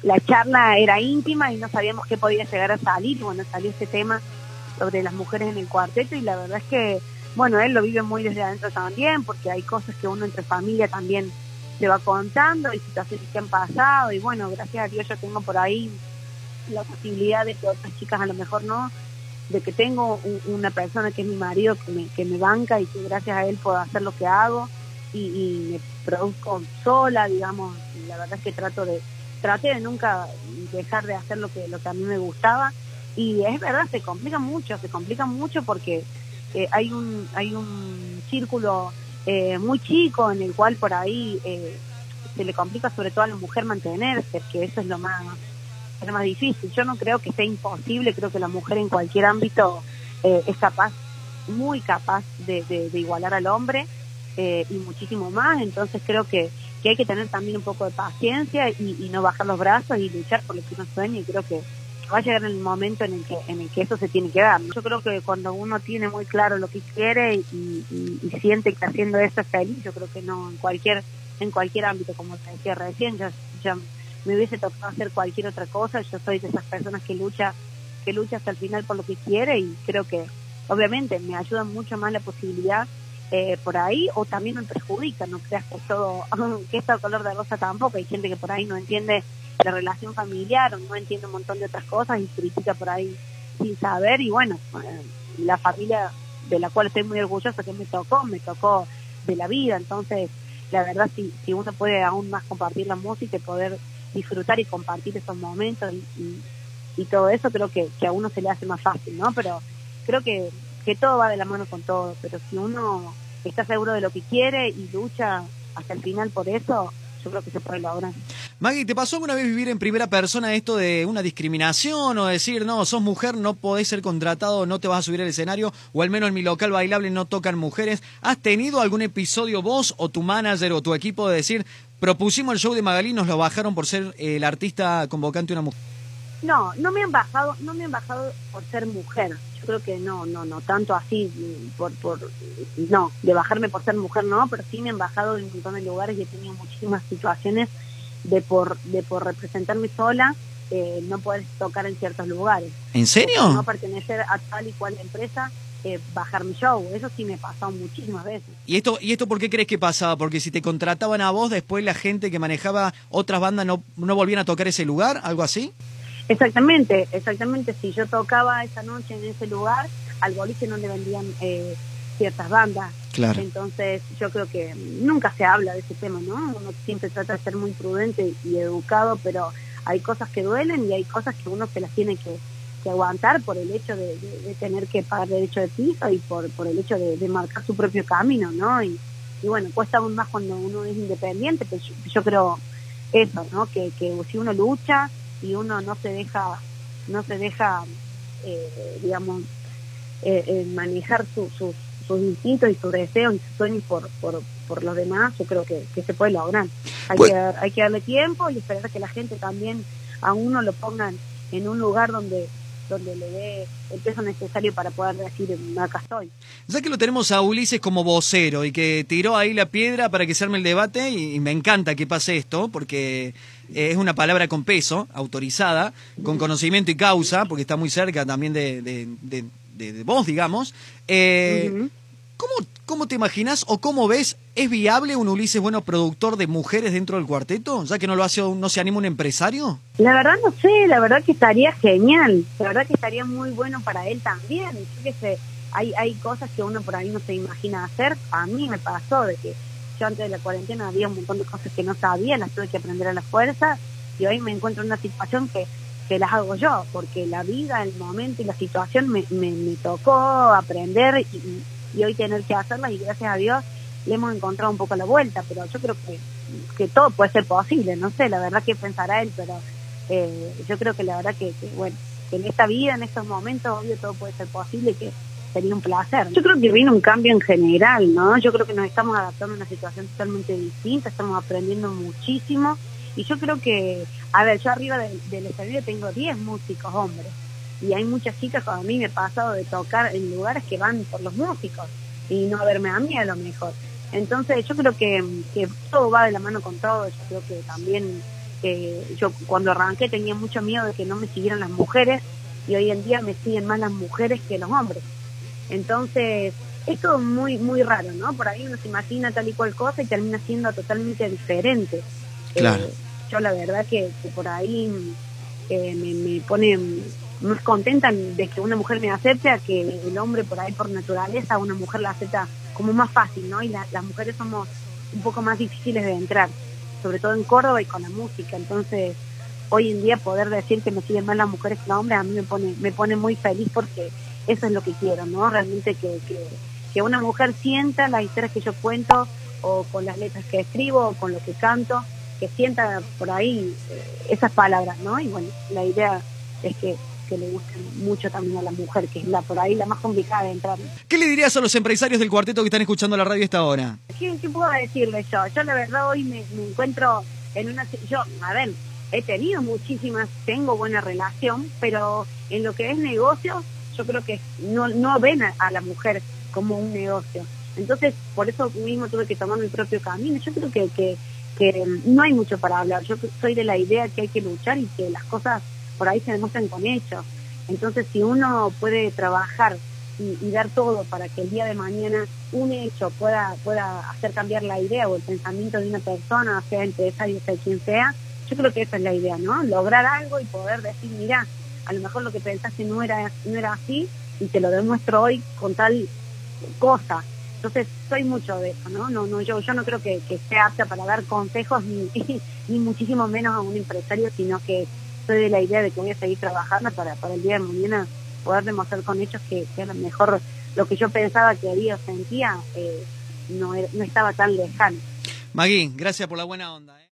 la charla era íntima y no sabíamos qué podía llegar a salir. Bueno, salió este tema sobre las mujeres en el cuarteto y la verdad es que, bueno, él lo vive muy desde adentro también, porque hay cosas que uno entre familia también se va contando y situaciones que han pasado y bueno, gracias a Dios yo tengo por ahí la posibilidad de que otras chicas a lo mejor no, de que tengo una persona que es mi marido que me banca y que gracias a él puedo hacer lo que hago y me produzco sola, digamos. Y la verdad es que traté de nunca dejar de hacer lo que a mí me gustaba y es verdad, se complica mucho porque hay un círculo muy chico en el cual por ahí se le complica sobre todo a la mujer mantenerse, que eso es lo más difícil. Yo no creo que sea imposible, creo que la mujer en cualquier ámbito es capaz, muy capaz de igualar al hombre y muchísimo más, entonces creo que hay que tener también un poco de paciencia y no bajar los brazos y luchar por lo que uno sueña y creo que va a llegar el momento en el que eso se tiene que dar. Yo creo que cuando uno tiene muy claro lo que quiere y siente que haciendo eso es feliz, yo creo que no, en cualquier ámbito, como te decía recién, ya me hubiese tocado hacer cualquier otra cosa. Yo soy de esas personas que lucha hasta el final por lo que quiere y creo que obviamente me ayuda mucho más la posibilidad por ahí, o también me perjudica, no creas que que es todo color de rosa tampoco. Hay gente que por ahí no entiende la relación familiar o no entiende un montón de otras cosas y critica por ahí sin saber y bueno, la familia de la cual estoy muy orgullosa que me tocó de la vida, entonces la verdad si uno puede aún más compartir la música y poder disfrutar y compartir esos momentos y todo eso, creo que a uno se le hace más fácil, ¿no? Pero creo que todo va de la mano con todo, pero si uno está seguro de lo que quiere y lucha hasta el final por eso, yo creo que se puede lograr. Maggie, ¿te pasó alguna vez vivir en primera persona esto de una discriminación o decir, no, sos mujer, no podés ser contratado, no te vas a subir al escenario, o al menos en mi local bailable no tocan mujeres? ¿Has tenido algún episodio vos o tu manager o tu equipo de decir, propusimos el show de Magalí, nos lo bajaron por ser el artista convocante una mujer? No me han bajado por ser mujer. Yo creo que no tanto así no, de bajarme por ser mujer no, pero sí me han bajado en un montón de lugares y he tenido muchísimas situaciones de por representarme sola, no poder tocar en ciertos lugares. ¿En serio? No pertenecer a tal y cual empresa, bajar mi show. Eso sí me ha pasado muchísimas veces. ¿Y esto por qué crees que pasaba? Porque si te contrataban a vos, después la gente que manejaba otras bandas no volvían a tocar ese lugar, ¿algo así? Exactamente. Si yo tocaba esa noche en ese lugar, al boliche no le vendían ciertas bandas. Claro. Entonces yo creo que nunca se habla de ese tema, ¿no? Uno siempre trata de ser muy prudente y educado, pero hay cosas que duelen y hay cosas que uno se las tiene que aguantar por el hecho de tener que pagar derecho de piso y por el hecho de marcar su propio camino, ¿no? Y bueno, cuesta aún más cuando uno es independiente, pero yo creo eso, ¿no? Que si uno lucha y uno no se deja digamos manejar sus instintos y sus deseos y sus sueños por los demás, yo creo que se puede lograr. Hay que darle tiempo y esperar que la gente también a uno lo pongan en un lugar donde le dé el peso necesario para poder decir, acá estoy. Ya que lo tenemos a Ulises como vocero y que tiró ahí la piedra para que se arme el debate, y me encanta que pase esto, porque es una palabra con peso, autorizada, con conocimiento y causa, porque está muy cerca también de vos, digamos. ¿Cómo te imaginas o cómo ves, es viable un Ulises Bueno productor de mujeres dentro del cuarteto, ya que no se anima un empresario? La verdad no sé, la verdad que estaría genial, la verdad que estaría muy bueno para él también. Yo qué sé, hay cosas que uno por ahí no se imagina hacer. A mí me pasó de que yo antes de la cuarentena había un montón de cosas que no sabía, las tuve que aprender a la fuerza y hoy me encuentro en una situación que las hago yo, porque la vida, el momento y la situación me tocó aprender y hoy tener que hacerlas y gracias a Dios le hemos encontrado un poco la vuelta, pero yo creo que todo puede ser posible, no sé, la verdad que pensará él, pero yo creo que la verdad que bueno, que en esta vida, en estos momentos, obvio todo puede ser posible y que sería un placer. Yo creo que viene un cambio en general, ¿no? Yo creo que nos estamos adaptando a una situación totalmente distinta, estamos aprendiendo muchísimo y yo creo que, a ver, yo arriba del escenario tengo 10 músicos hombres y hay muchas chicas, como a mí me ha pasado de tocar en lugares que van por los músicos y no verme a mí a lo mejor. Entonces yo creo que todo va de la mano con todo. Yo creo que también Yo cuando arranqué tenía mucho miedo de que no me siguieran las mujeres y hoy en día me siguen más las mujeres que los hombres. Entonces, es todo muy, muy raro, ¿no? Por ahí uno se imagina tal y cual cosa y termina siendo totalmente diferente. Claro. Yo la verdad que por ahí me pone más contenta de que una mujer me acepte a que el hombre por ahí por naturaleza a una mujer la acepta como más fácil, ¿no? Y las mujeres somos un poco más difíciles de entrar, sobre todo en Córdoba y con la música. Entonces, hoy en día poder decir que me siguen más las mujeres que los hombres a mí me pone muy feliz porque eso es lo que quiero, ¿no? Realmente que una mujer sienta las historias que yo cuento o con las letras que escribo o con lo que canto, que sienta por ahí esas palabras, ¿no? Y bueno, la idea es que le gusten mucho también a la mujer, que es por ahí la más complicada de entrar. ¿Qué le dirías a los empresarios del cuarteto que están escuchando la radio a esta hora? ¿Qué puedo decirles yo? Yo la verdad hoy me encuentro en una... A ver, tengo buena relación, pero en lo que es negocio, yo creo que no ven a la mujer como un negocio. Entonces, por eso mismo tuve que tomar mi propio camino. Yo creo que no hay mucho para hablar. Yo soy de la idea que hay que luchar y que las cosas por ahí se demuestran con hechos. Entonces, si uno puede trabajar y dar todo para que el día de mañana un hecho pueda hacer cambiar la idea o el pensamiento de una persona, sea empresario, sea quien sea, yo creo que esa es la idea, ¿no? Lograr algo y poder decir, mira, a lo mejor lo que pensaste no era así y te lo demuestro hoy con tal cosa. Entonces, soy mucho de eso, ¿no? Yo no creo que sea apta para dar consejos ni muchísimo menos a un empresario, sino que soy de la idea de que voy a seguir trabajando para el día de mañana poder demostrar con hechos que a lo mejor lo que yo pensaba que haría o sentía no estaba tan lejano. Magui, gracias por la buena onda.